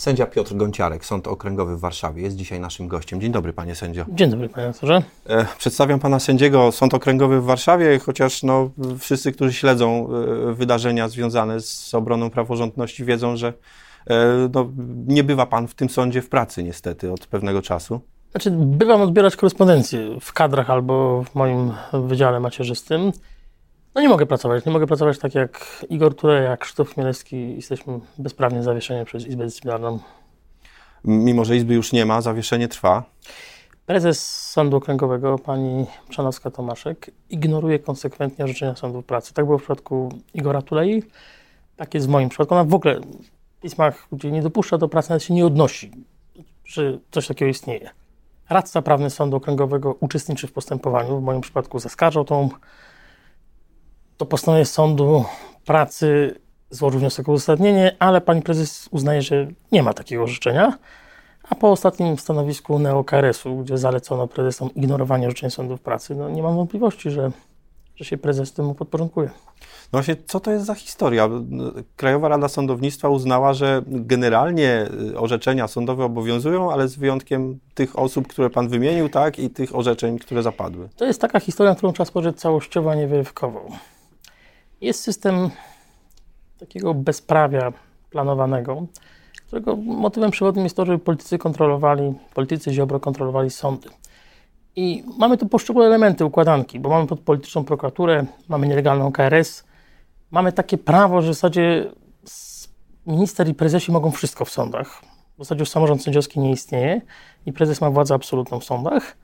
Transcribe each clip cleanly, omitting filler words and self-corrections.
Sędzia Piotr Gonciarek, Sąd Okręgowy w Warszawie, jest dzisiaj naszym gościem. Dzień dobry, panie sędzio. Dzień dobry, panie doktorze. Przedstawiam pana sędziego. Sąd Okręgowy w Warszawie, chociaż wszyscy, którzy śledzą wydarzenia związane z obroną praworządności, wiedzą, że nie bywa pan w tym sądzie w pracy niestety od pewnego czasu. Znaczy, bywam odbierać korespondencję w kadrach albo w moim wydziale macierzystym. Nie mogę pracować tak jak Igor Turek, jak Krzysztof Chmielewski. Jesteśmy bezprawnie zawieszeni przez Izbę Dyscyplinarną. Mimo że Izby już nie ma, zawieszenie trwa. Prezes Sądu Okręgowego, pani Chrzanowska-Tomaszek, ignoruje konsekwentnie orzeczenia sądów pracy. Tak było w przypadku Igora Tulei, tak jest w moim przypadku. Ona w ogóle w pismach, gdzie nie dopuszcza do pracy, nawet się nie odnosi, że coś takiego istnieje. Radca prawny Sądu Okręgowego uczestniczy w postępowaniu. W moim przypadku zaskarżał to postanowienie sądu pracy, złożył wniosek o uzasadnienie, ale pani prezes uznaje, że nie ma takiego orzeczenia. A po ostatnim stanowisku neo-KRS-u, gdzie zalecono prezesom ignorowanie orzeczeń sądów pracy, nie mam wątpliwości, że się prezes temu podporządkuje. No właśnie, co to jest za historia? Krajowa Rada Sądownictwa uznała, że generalnie orzeczenia sądowe obowiązują, ale z wyjątkiem tych osób, które pan wymienił, tak, i tych orzeczeń, które zapadły. To jest taka historia, na którą trzeba spojrzeć całościowo, a nie wyrywkowo. Jest system takiego bezprawia planowanego, którego motywem przewodnim jest to, żeby politycy Ziobro kontrolowali sądy. I mamy tu poszczególne elementy układanki, bo mamy pod polityczną prokuraturę, mamy nielegalną KRS, mamy takie prawo, że w zasadzie minister i prezesi mogą wszystko w sądach. W zasadzie już samorząd sędziowski nie istnieje i prezes ma władzę absolutną w sądach.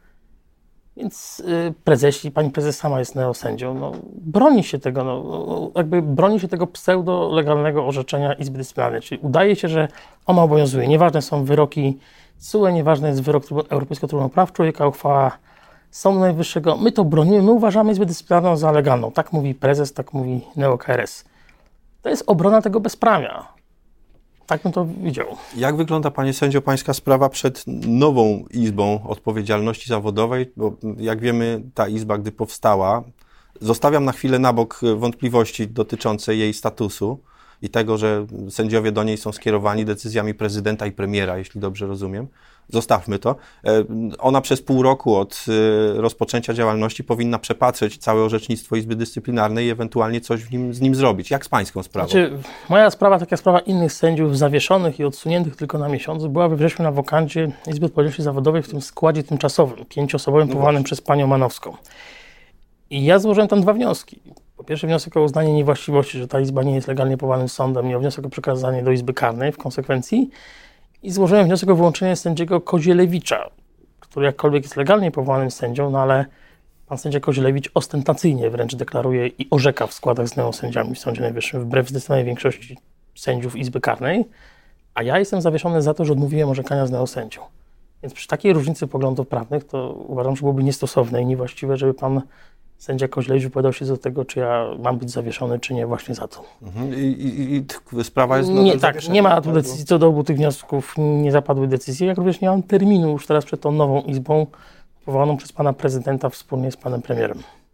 Więc pani prezes sama jest neosędzią, broni się tego, broni się tego pseudo-legalnego orzeczenia Izby Dyscyplinarnej, czyli udaje się, że ona obowiązuje. Nieważne są wyroki TSUE, nieważny jest wyrok Europejskiego Trybunału Praw Człowieka, uchwała Sądu Najwyższego. My to bronimy, my uważamy Izbę Dyscyplinarną za legalną. Tak mówi prezes, tak mówi neo-KRS. To jest obrona tego bezprawia. Tak bym to widział. Jak wygląda, panie sędzio, pańska sprawa przed nową Izbą Odpowiedzialności Zawodowej? Bo jak wiemy, ta Izba, gdy powstała, zostawiam na chwilę na bok wątpliwości dotyczące jej statusu i tego, że sędziowie do niej są skierowani decyzjami prezydenta i premiera, jeśli dobrze rozumiem. Zostawmy to. Ona przez pół roku od rozpoczęcia działalności powinna przepatrzeć całe orzecznictwo Izby Dyscyplinarnej i ewentualnie coś z nim zrobić. Jak z pańską sprawą? Moja sprawa, tak jak sprawa innych sędziów zawieszonych i odsuniętych tylko na miesiąc, była we wrześniu na wokandzie Izby Odpowiedzialności Zawodowej w tym składzie tymczasowym, 5-osobowym, powołanym przez panią Manowską. I ja złożyłem tam 2 wnioski. Po pierwsze wniosek o uznanie niewłaściwości, że ta Izba nie jest legalnie powołanym sądem, i o wniosek o przekazanie do Izby Karnej w konsekwencji. I złożyłem wniosek o wyłączenie sędziego Kozielewicza, który jakkolwiek jest legalnie powołanym sędzią, ale pan sędzia Kozielewicz ostentacyjnie wręcz deklaruje i orzeka w składach z neosędziami w Sądzie Najwyższym, wbrew zdecydowanej większości sędziów Izby Karnej, a ja jestem zawieszony za to, że odmówiłem orzekania z neosędzią. Więc przy takiej różnicy poglądów prawnych to uważam, że byłoby niestosowne i niewłaściwe, żeby pan sędzia Kozielewicz wypowiadał się do tego, czy ja mam być zawieszony, czy nie, właśnie za to. I sprawa jest... Nie ma tu decyzji co do obu tych wniosków, nie zapadły decyzje, jak również nie mam terminu już teraz przed tą nową Izbą powołaną przez pana prezydenta wspólnie z panem premierem.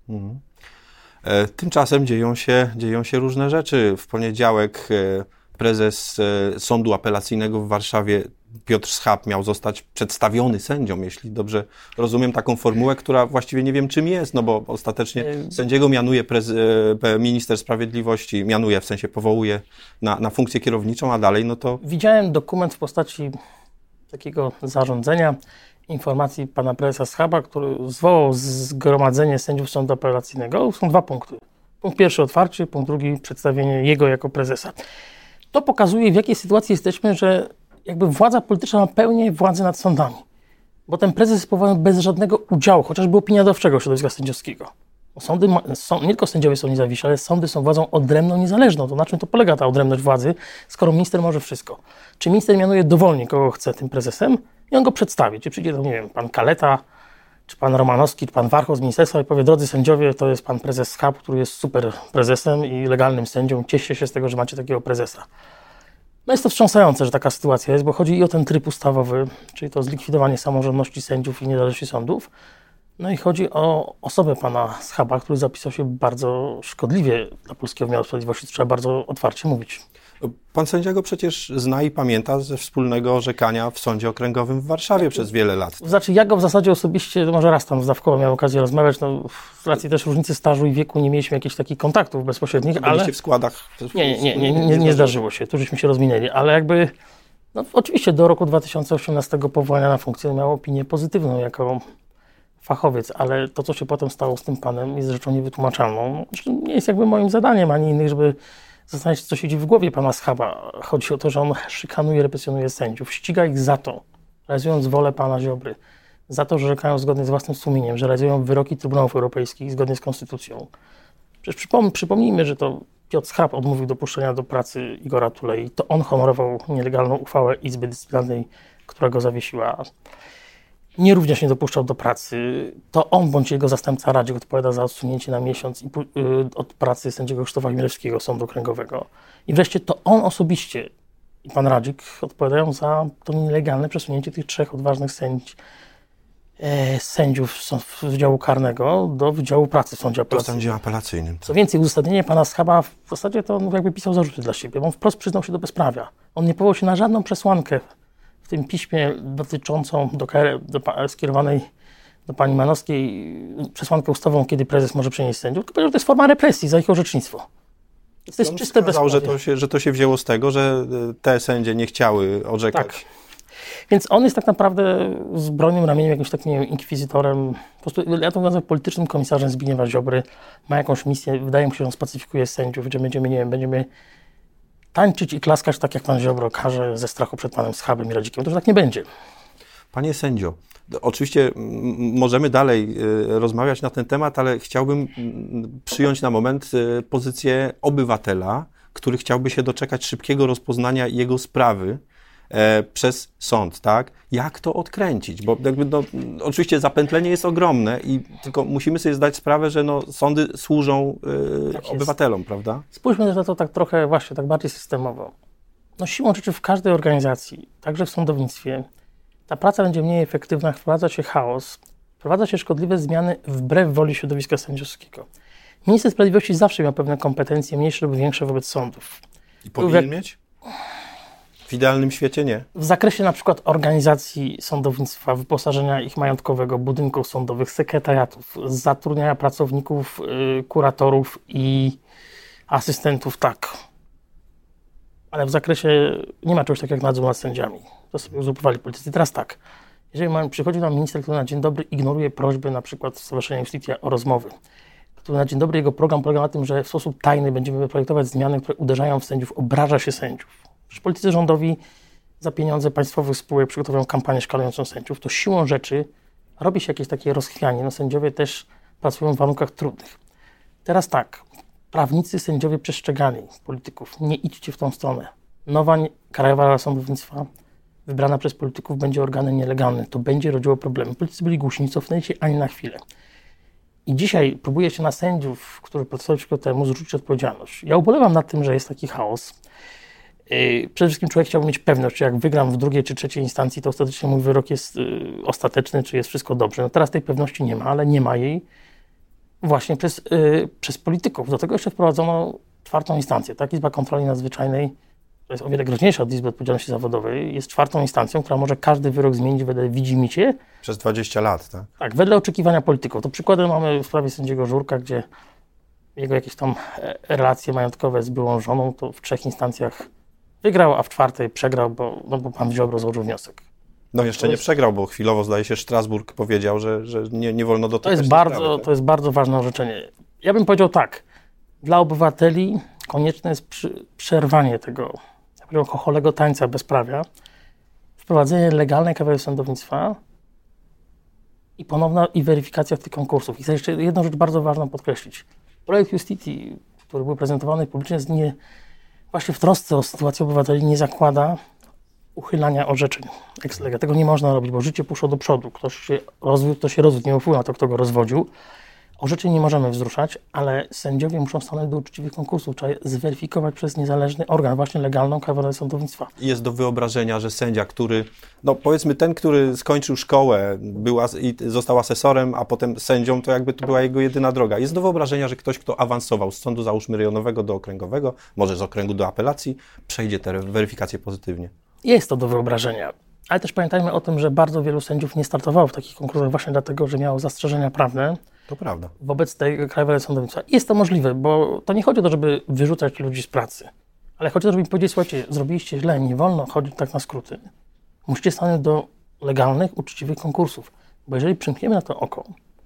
Tymczasem dzieją się różne rzeczy. W poniedziałek prezes Sądu Apelacyjnego w Warszawie Piotr Schab miał zostać przedstawiony sędzią, jeśli dobrze rozumiem taką formułę, która właściwie nie wiem czym jest, bo ostatecznie sędziego mianuje minister sprawiedliwości, w sensie powołuje na funkcję kierowniczą, a dalej to... Widziałem dokument w postaci takiego zarządzenia, informacji pana prezesa Schaba, który zwołał zgromadzenie sędziów Sądu Apelacyjnego. Są 2 punkty. Punkt pierwszy otwarcie, punkt drugi przedstawienie jego jako prezesa. To pokazuje, w jakiej sytuacji jesteśmy, że władza polityczna ma pełnię władzy nad sądami. Bo ten prezes jest powołany bez żadnego udziału, chociażby opiniodawczego środowiska sędziowskiego. Nie tylko sędziowie są niezawiśli, ale sądy są władzą odrębną, niezależną. To na czym to polega ta odrębność władzy, skoro minister może wszystko? Czy minister mianuje dowolnie, kogo chce tym prezesem i on go przedstawi? Czy przyjdzie pan Kaleta, czy pan Romanowski, czy pan Warchoł z ministerstwa i powie: drodzy sędziowie, to jest pan prezes Schab, który jest super prezesem i legalnym sędzią. Cieszcie się z tego, że macie takiego prezesa. Jest to wstrząsające, że taka sytuacja jest, bo chodzi i o ten tryb ustawowy, czyli to zlikwidowanie samorządności sędziów i niezależności sądów. I chodzi o osobę pana Schaba, który zapisał się bardzo szkodliwie dla polskiego wymiaru sprawiedliwości, trzeba bardzo otwarcie mówić. Pan sędzia go przecież zna i pamięta ze wspólnego orzekania w Sądzie Okręgowym w Warszawie przez wiele lat. Znaczy, ja go w zasadzie osobiście, może raz tam zdawkowo miałem okazję rozmawiać, z racji też różnicy stażu i wieku nie mieliśmy jakichś takich kontaktów bezpośrednich, ale... Byliście w składach? Nie zdarzyło się, tu żeśmy się rozminęli, ale jakby, oczywiście do roku 2018 powołania na funkcję miał opinię pozytywną jako fachowiec, ale to, co się potem stało z tym panem, jest rzeczą niewytłumaczalną. Nie jest jakby moim zadaniem, ani innych, żeby zastanawiać się, co siedzi w głowie pana Schaba. Chodzi o to, że on szykanuje, represjonuje sędziów, ściga ich za to, realizując wolę pana Ziobry, za to, że orzekają zgodnie z własnym sumieniem, że realizują wyroki Trybunałów Europejskich zgodnie z konstytucją. Przecież przypomnijmy, że to Piotr Schab odmówił dopuszczenia do pracy Igora Tulei. To on honorował nielegalną uchwałę Izby Dyscyplinarnej, która go zawiesiła. Również nie dopuszczał do pracy. To on bądź jego zastępca Radzik odpowiada za odsunięcie na miesiąc od pracy sędziego Krzysztofa Chmielewskiego Sądu Okręgowego. I wreszcie to on osobiście i pan Radzik odpowiadają za to nielegalne przesunięcie tych 3 odważnych sędziów z Wydziału Karnego do Wydziału Pracy w Sądzie Apelacyjnym. Co więcej, uzasadnienie pana Schaba w zasadzie to on jakby pisał zarzuty dla siebie, bo on wprost przyznał się do bezprawia. On nie powołał się na żadną przesłankę w tym piśmie dotyczącą skierowanej do pani Manowskiej przesłankę ustawową, kiedy prezes może przenieść sędziów, tylko powiedział, że to jest forma represji za ich orzecznictwo. To jest czyste bezprawie. że to się wzięło z tego, że te sędzie nie chciały orzekać. Tak. Więc on jest tak naprawdę zbrojnym ramieniem, jakimś takim, nie wiem, inkwizytorem. Po prostu, ja to nazywam politycznym komisarzem Zbigniewa Ziobry. Ma jakąś misję, wydaje mi się, że on spacyfikuje sędziów, gdzie będziemy tańczyć i klaskać tak, jak pan Ziobro każe ze strachu przed panem Schabem i Radzikiem. To już tak nie będzie. Panie sędzio, oczywiście możemy dalej rozmawiać na ten temat, ale chciałbym przyjąć na moment pozycję obywatela, który chciałby się doczekać szybkiego rozpoznania jego sprawy przez sąd, tak? Jak to odkręcić? Bo jakby oczywiście zapętlenie jest ogromne i tylko musimy sobie zdać sprawę, że sądy służą obywatelom, prawda? Spójrzmy na to tak trochę właśnie, tak bardziej systemowo. Siłą rzeczy w każdej organizacji, także w sądownictwie, ta praca będzie mniej efektywna, wprowadza się chaos, wprowadza się szkodliwe zmiany wbrew woli środowiska sędziowskiego. Minister Sprawiedliwości zawsze miał pewne kompetencje, mniejsze lub większe wobec sądów. I powinien mieć? W idealnym świecie nie. W zakresie na przykład organizacji sądownictwa, wyposażenia ich majątkowego, budynków sądowych, sekretariatów, zatrudniania pracowników, kuratorów i asystentów, tak. Ale w zakresie nie ma czegoś takiego jak nadzór nad sędziami. To sobie uzurpowali politycy. Teraz tak. Jeżeli przychodzi nam minister, który na dzień dobry ignoruje prośby na przykład Stowarzyszenia Justitia o rozmowy, który na dzień dobry jego program polega na tym, że w sposób tajny będziemy projektować zmiany, które uderzają w sędziów, obraża się sędziów. Przecież politycy rządowi za pieniądze państwowych spółek przygotowują kampanię szkalującą sędziów, to siłą rzeczy robi się jakieś takie rozchwianie. Sędziowie też pracują w warunkach trudnych. Teraz tak, prawnicy, sędziowie przestrzegali polityków, nie idźcie w tą stronę. Nowa Krajowa Rada Sądownictwa wybrana przez polityków będzie organem nielegalnym. To będzie rodziło problemy. Politycy byli głusi, nie cofnęli się ani na chwilę. I dzisiaj próbuje się na sędziów, którzy pracowali przeciwko temu, zrzucić odpowiedzialność. Ja ubolewam nad tym, że jest taki chaos. Przede wszystkim człowiek chciałby mieć pewność, czy jak wygram w drugiej czy trzeciej instancji, to ostatecznie mój wyrok jest ostateczny, czy jest wszystko dobrze. Teraz tej pewności nie ma, ale nie ma jej właśnie przez polityków. Do tego jeszcze wprowadzono 4. instancję. Tak? Izba Kontroli Nadzwyczajnej, to jest o wiele groźniejsza od Izby Odpowiedzialności Zawodowej, jest 4. instancją, która może każdy wyrok zmienić wedle widzimisię. Przez 20 lat, tak? Tak, wedle oczekiwania polityków. To przykładem mamy w sprawie sędziego Żurka, gdzie jego jakieś tam relacje majątkowe z byłą żoną, to w 3 instancjach wygrał, a w 4 przegrał, bo pan Ziobro złożył wniosek. Jeszcze nie przegrał, bo chwilowo zdaje się Strasburg powiedział, że nie wolno dotykać tej sprawy. Tak? To jest bardzo ważne orzeczenie. Ja bym powiedział tak, dla obywateli konieczne jest przerwanie tego chocholego tańca bezprawia, wprowadzenie legalnej Krajowej Sądownictwa i ponowna weryfikacja tych konkursów. I chcę jeszcze jedną rzecz bardzo ważną podkreślić. Projekt Justitii, który był prezentowany publicznie, właśnie w trosce o sytuację obywateli nie zakłada uchylania orzeczeń ex lege. Tego nie można robić, bo życie poszło do przodu. Ktoś się rozwiódł, nie wpływa na to, kto go rozwodził. Orzeczeń nie możemy wzruszać, ale sędziowie muszą stanąć do uczciwych konkursów. Trzeba je zweryfikować przez niezależny organ, właśnie legalną Krajową Radę Sądownictwa. Jest do wyobrażenia, że sędzia, który, no powiedzmy ten, który skończył szkołę, i został asesorem, a potem sędzią, to jakby to była jego jedyna droga. Jest do wyobrażenia, że ktoś, kto awansował z sądu, załóżmy rejonowego do okręgowego, może z okręgu do apelacji, przejdzie tę weryfikację pozytywnie. Jest to do wyobrażenia. Ale też pamiętajmy o tym, że bardzo wielu sędziów nie startowało w takich konkursach właśnie dlatego, że miało zastrzeżenia prawne. To prawda. Wobec tej Krajowej Rady Sądownictwa. Jest to możliwe, bo to nie chodzi o to, żeby wyrzucać ludzi z pracy, ale chodzi o to, żeby im powiedzieć, słuchajcie, zrobiliście źle, nie wolno chodzić tak na skróty. Musicie stanąć do legalnych, uczciwych konkursów, bo jeżeli przymkniemy na to oko,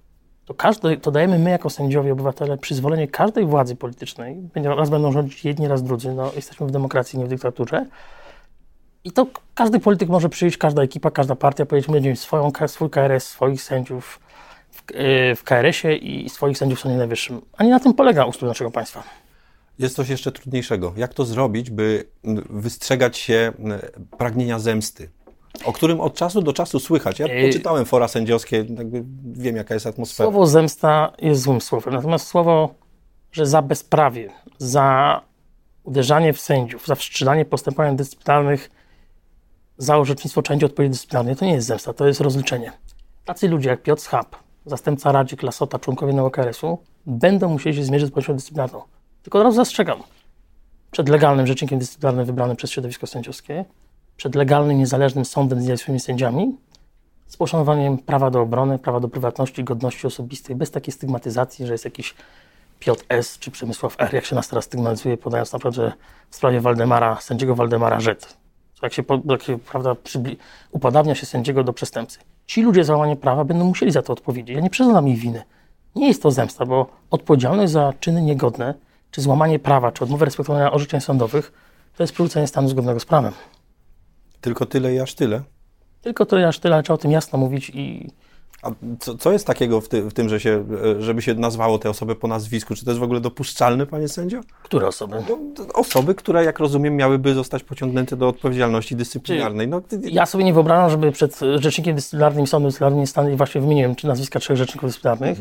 to dajemy my jako sędziowie, obywatele przyzwolenie każdej władzy politycznej, raz będą rządzić jedni, raz drudzy, no jesteśmy w demokracji, nie w dyktaturze, i to każdy polityk może przyjść, każda ekipa, każda partia, powiedzieć, my będziemy swój KRS, swoich sędziów w KRS-ie i swoich sędziów w Sądzie Najwyższym. A nie na tym polega ustrój naszego państwa. Jest coś jeszcze trudniejszego. Jak to zrobić, by wystrzegać się pragnienia zemsty, o którym od czasu do czasu słychać? Ja poczytałem fora sędziowskie, jakby wiem, jaka jest atmosfera. Słowo zemsta jest złym słowem, natomiast słowo, że za bezprawie, za uderzanie w sędziów, za wszczynanie postępowań dyscyplinarnych, za orzecznictwo trzeba odpowiedzieć dyscyplinarnie, to nie jest zemsta, to jest rozliczenie. Tacy ludzie jak Piotr Schab, zastępca Radzik, Lasota, członkowie KRS-u, będą musieli się zmierzyć z odpowiedzialnością dyscyplinarną. Tylko od razu zastrzegam. Przed legalnym rzecznikiem dyscyplinarnym wybranym przez środowisko sędziowskie, przed legalnym, niezależnym sądem z niezawisłymi sędziami, z poszanowaniem prawa do obrony, prawa do prywatności, godności osobistej, bez takiej stygmatyzacji, że jest jakiś Piotr S. czy Przemysław R., jak się nas teraz stygmatyzuje, podając na przykład, że w sprawie sędziego Waldemara Z. Jak się upodabnia się sędziego do przestępcy. Ci ludzie za łamanie prawa będą musieli za to odpowiedzieć. Ja nie przyznam ich winy. Nie jest to zemsta, bo odpowiedzialność za czyny niegodne, czy złamanie prawa, czy odmowę respektowania orzeczeń sądowych, to jest przywrócenie stanu zgodnego z prawem. Tylko tyle i aż tyle? Tylko tyle i aż tyle, ale trzeba o tym jasno mówić i... A co jest takiego w tym, żeby się nazwało tę osobę po nazwisku? Czy to jest w ogóle dopuszczalne, panie sędzio? Które osoby? Osoby, które, jak rozumiem, miałyby zostać pociągnięte do odpowiedzialności dyscyplinarnej. Ja sobie nie wyobrażam, żeby przed rzecznikiem dyscyplinarnym i sądem dyscyplinarnym stanęli, właśnie wymieniłem nazwiska 3 rzeczników dyscyplinarnych,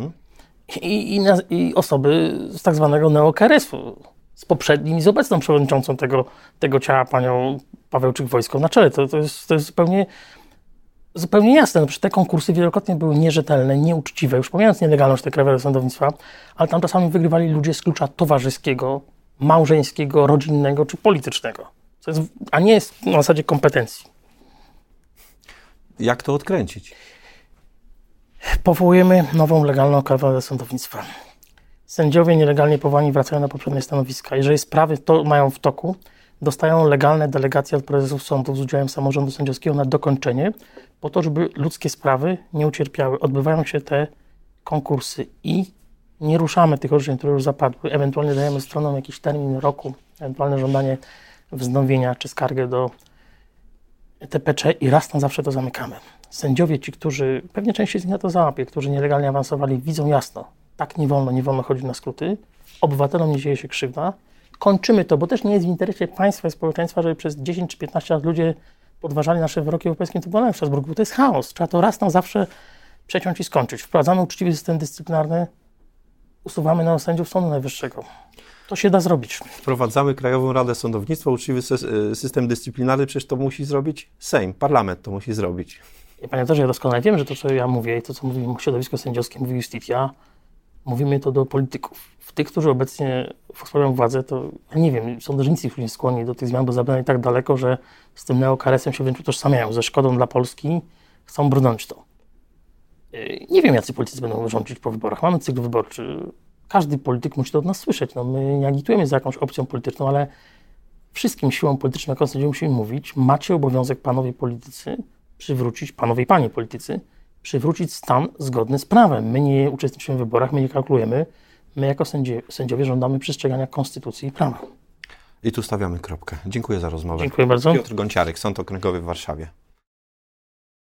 i osoby z tak zwanego neo-KRS-u, z poprzednim i z obecną przewodniczącą tego ciała, panią Pawełczyk-Wojską na czele. To jest zupełnie jasne. No przecież te konkursy wielokrotnie były nierzetelne, nieuczciwe, już pomijając nielegalność tej Krajowej Rady Sądownictwa, ale tam czasami wygrywali ludzie z klucza towarzyskiego, małżeńskiego, rodzinnego czy politycznego, a nie na zasadzie kompetencji. Jak to odkręcić? Powołujemy nową, legalną Krajową Radę Sądownictwa. Sędziowie nielegalnie powołani wracają na poprzednie stanowiska. Jeżeli sprawy to mają w toku, dostają legalne delegacje od prezesów sądów z udziałem samorządu sędziowskiego na dokończenie, po to, żeby ludzkie sprawy nie ucierpiały. Odbywają się te konkursy i nie ruszamy tych orzeczeń, które już zapadły. Ewentualnie dajemy stronom jakiś termin roku, ewentualne żądanie wznowienia czy skargę do TPC i raz na zawsze to zamykamy. Sędziowie ci, którzy, pewnie część z nich na to załapie, którzy nielegalnie awansowali, widzą jasno, tak nie wolno chodzić na skróty, obywatelom nie dzieje się krzywda, kończymy to, bo też nie jest w interesie państwa i społeczeństwa, żeby przez 10 czy 15 lat ludzie podważali nasze wyroki w Europejskim Trybunale w Strasburgu. To jest chaos. Trzeba to raz na zawsze przeciąć i skończyć. Wprowadzamy uczciwy system dyscyplinarny, usuwamy na sędziów Sądu Najwyższego. To się da zrobić. Wprowadzamy Krajową Radę Sądownictwa, uczciwy system dyscyplinarny, przecież to musi zrobić Sejm, parlament to musi zrobić. Panie doktorze, ja doskonale wiem, że to, co ja mówię i to, co mówi środowisko sędziowskie, mówi Justitia, mówimy to do polityków. Tych, którzy obecnie sprawują władzę, to ja nie wiem, sądzę, że nic ich nie skłoni do tych zmian, bo zabrali tak daleko, że z tym neo-KRS-em się wręcz utożsamiają, ze szkodą dla Polski, chcą brnąć to. Nie wiem, jacy politycy będą rządzić po wyborach. Mamy cykl wyborczy. Każdy polityk musi to od nas słyszeć. No, my nie agitujemy za jakąś opcją polityczną, ale wszystkim siłom politycznym, jako sędziowie, musimy mówić, macie obowiązek, panowie politycy, przywrócić, panowie i panie politycy, przywrócić stan zgodny z prawem. My nie uczestniczymy w wyborach, my nie kalkulujemy. My jako sędziowie żądamy przestrzegania konstytucji i prawa. I tu stawiamy kropkę. Dziękuję za rozmowę. Dziękuję bardzo. Piotr Gonciarek, Sąd Okręgowy w Warszawie.